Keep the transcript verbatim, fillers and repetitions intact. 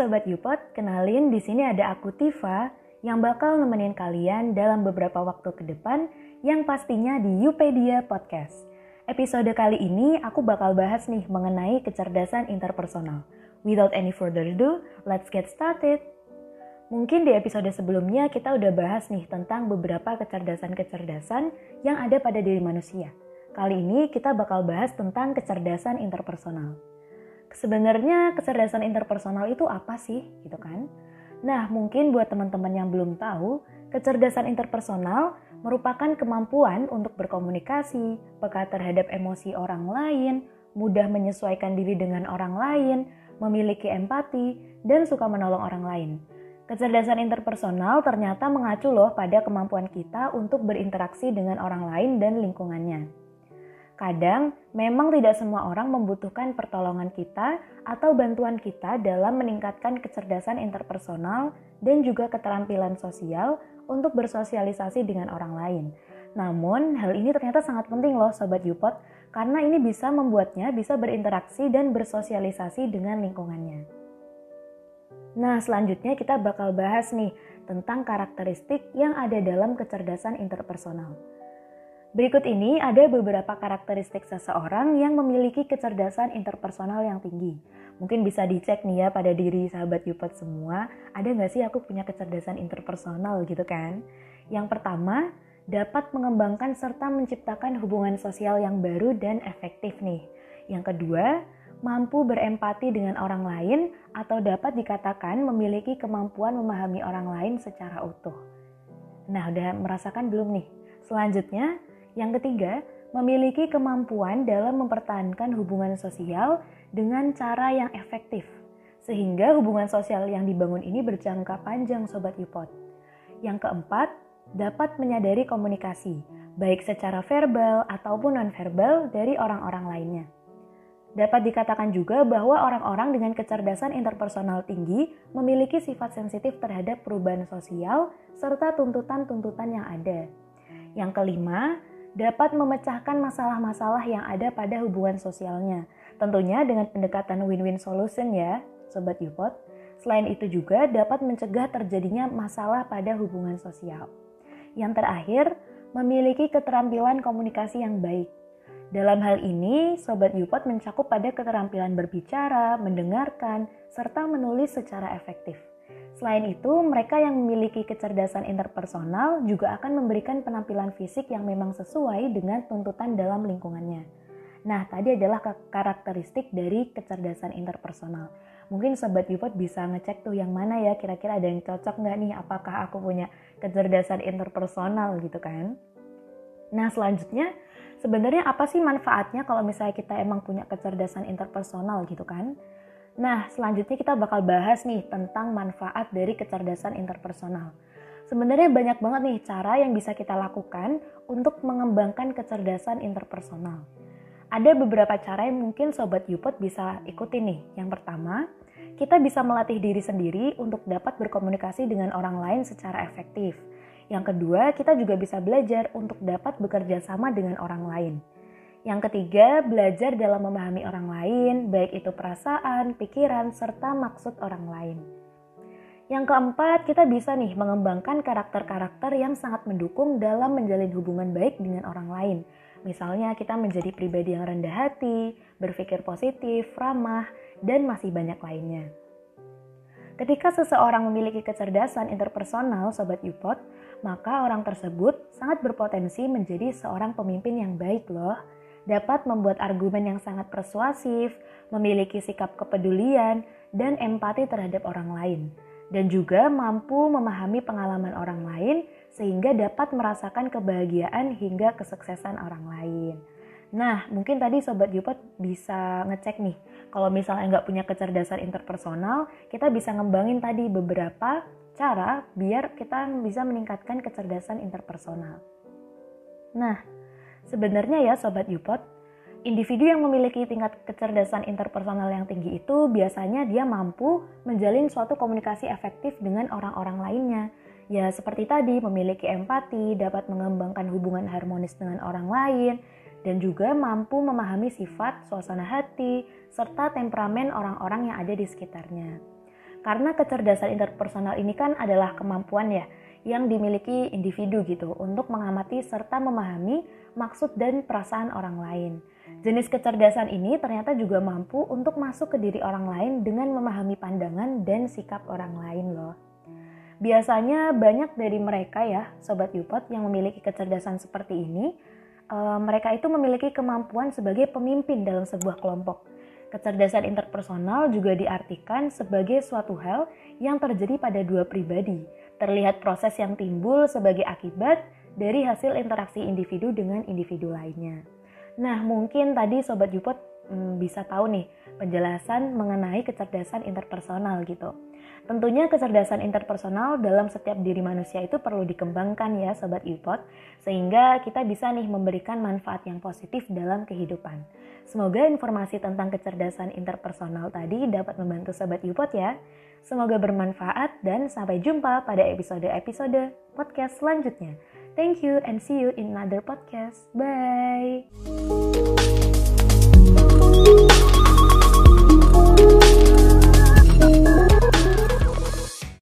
Sobat Yupot, kenalin di sini ada aku Tifa yang bakal nemenin kalian dalam beberapa waktu ke depan yang pastinya di Yupedia Podcast. Episode kali ini aku bakal bahas nih mengenai kecerdasan interpersonal. Without any further ado, let's get started. Mungkin di episode sebelumnya kita udah bahas nih tentang beberapa kecerdasan-kecerdasan yang ada pada diri manusia. Kali ini kita bakal bahas tentang kecerdasan interpersonal. Sebenarnya kecerdasan interpersonal itu apa sih, gitu kan? Nah, mungkin buat teman-teman yang belum tahu, kecerdasan interpersonal merupakan kemampuan untuk berkomunikasi, peka terhadap emosi orang lain, mudah menyesuaikan diri dengan orang lain, memiliki empati, dan suka menolong orang lain. Kecerdasan interpersonal ternyata mengacu loh pada kemampuan kita untuk berinteraksi dengan orang lain dan lingkungannya. Kadang, memang tidak semua orang membutuhkan pertolongan kita atau bantuan kita dalam meningkatkan kecerdasan interpersonal dan juga keterampilan sosial untuk bersosialisasi dengan orang lain. Namun, hal ini ternyata sangat penting loh Sobat Yupot, karena ini bisa membuatnya bisa berinteraksi dan bersosialisasi dengan lingkungannya. Nah, selanjutnya kita bakal bahas nih tentang karakteristik yang ada dalam kecerdasan interpersonal. Berikut ini ada beberapa karakteristik seseorang yang memiliki kecerdasan interpersonal yang tinggi. Mungkin bisa dicek nih ya pada diri sahabat Yupot semua, ada nggak sih aku punya kecerdasan interpersonal gitu kan? Yang pertama, dapat mengembangkan serta menciptakan hubungan sosial yang baru dan efektif nih. Yang kedua, mampu berempati dengan orang lain atau dapat dikatakan memiliki kemampuan memahami orang lain secara utuh. Nah, udah merasakan belum nih? Selanjutnya, yang ketiga, memiliki kemampuan dalam mempertahankan hubungan sosial dengan cara yang efektif, sehingga hubungan sosial yang dibangun ini berjangka panjang Sobat Yupot. Yang keempat, dapat menyadari komunikasi, baik secara verbal ataupun non-verbal dari orang-orang lainnya. Dapat dikatakan juga bahwa orang-orang dengan kecerdasan interpersonal tinggi memiliki sifat sensitif terhadap perubahan sosial serta tuntutan-tuntutan yang ada. Yang kelima, dapat memecahkan masalah-masalah yang ada pada hubungan sosialnya. Tentunya dengan pendekatan win-win solution ya, Sobat Yupot. Selain itu juga dapat mencegah terjadinya masalah pada hubungan sosial. Yang terakhir, memiliki keterampilan komunikasi yang baik. Dalam hal ini, Sobat Yupot mencakup pada keterampilan berbicara, mendengarkan, serta menulis secara efektif. Selain itu, mereka yang memiliki kecerdasan interpersonal juga akan memberikan penampilan fisik yang memang sesuai dengan tuntutan dalam lingkungannya. Nah, tadi adalah karakteristik dari kecerdasan interpersonal. Mungkin Sobat Yupot bisa ngecek tuh yang mana ya, kira-kira ada yang cocok nggak nih, apakah aku punya kecerdasan interpersonal gitu kan. Nah, selanjutnya, sebenarnya apa sih manfaatnya kalau misalnya kita emang punya kecerdasan interpersonal gitu kan? Nah, selanjutnya kita bakal bahas nih tentang manfaat dari kecerdasan interpersonal. Sebenarnya banyak banget nih cara yang bisa kita lakukan untuk mengembangkan kecerdasan interpersonal. Ada beberapa cara yang mungkin Sobat Yupot bisa ikuti nih. Yang pertama, kita bisa melatih diri sendiri untuk dapat berkomunikasi dengan orang lain secara efektif. Yang kedua, kita juga bisa belajar untuk dapat bekerja sama dengan orang lain. Yang ketiga, belajar dalam memahami orang lain, baik itu perasaan, pikiran, serta maksud orang lain. Yang keempat, kita bisa nih mengembangkan karakter-karakter yang sangat mendukung dalam menjalin hubungan baik dengan orang lain. Misalnya kita menjadi pribadi yang rendah hati, berpikir positif, ramah, dan masih banyak lainnya. Ketika seseorang memiliki kecerdasan interpersonal, Sobat Yupot, maka orang tersebut sangat berpotensi menjadi seorang pemimpin yang baik loh. Dapat membuat argumen yang sangat persuasif, memiliki sikap kepedulian, dan empati terhadap orang lain. Dan juga mampu memahami pengalaman orang lain sehingga dapat merasakan kebahagiaan hingga kesuksesan orang lain. Nah, mungkin tadi Sobat Yupot bisa ngecek nih, kalau misalnya nggak punya kecerdasan interpersonal, kita bisa ngembangin tadi beberapa cara biar kita bisa meningkatkan kecerdasan interpersonal. Nah, sebenarnya ya Sobat Yupot, individu yang memiliki tingkat kecerdasan interpersonal yang tinggi itu biasanya dia mampu menjalin suatu komunikasi efektif dengan orang-orang lainnya. Ya seperti tadi, memiliki empati, dapat mengembangkan hubungan harmonis dengan orang lain, dan juga mampu memahami sifat, suasana hati, serta temperamen orang-orang yang ada di sekitarnya. Karena kecerdasan interpersonal ini kan adalah kemampuan ya yang dimiliki individu gitu untuk mengamati serta memahami maksud dan perasaan orang lain. Jenis kecerdasan ini ternyata juga mampu untuk masuk ke diri orang lain dengan memahami pandangan dan sikap orang lain loh. Biasanya banyak dari mereka ya, Sobat Yupot yang memiliki kecerdasan seperti ini, e, mereka itu memiliki kemampuan sebagai pemimpin dalam sebuah kelompok. Kecerdasan interpersonal juga diartikan sebagai suatu hal yang terjadi pada dua pribadi. Terlihat proses yang timbul sebagai akibat dari hasil interaksi individu dengan individu lainnya. Nah, mungkin tadi Sobat Yupot hmm, bisa tahu nih penjelasan mengenai kecerdasan interpersonal gitu. Tentunya kecerdasan interpersonal dalam setiap diri manusia itu perlu dikembangkan ya Sobat Yupot, sehingga kita bisa nih memberikan manfaat yang positif dalam kehidupan. Semoga informasi tentang kecerdasan interpersonal tadi dapat membantu Sobat Yupot ya. Semoga bermanfaat dan sampai jumpa pada episode-episode podcast selanjutnya. Thank you and see you in another podcast. Bye!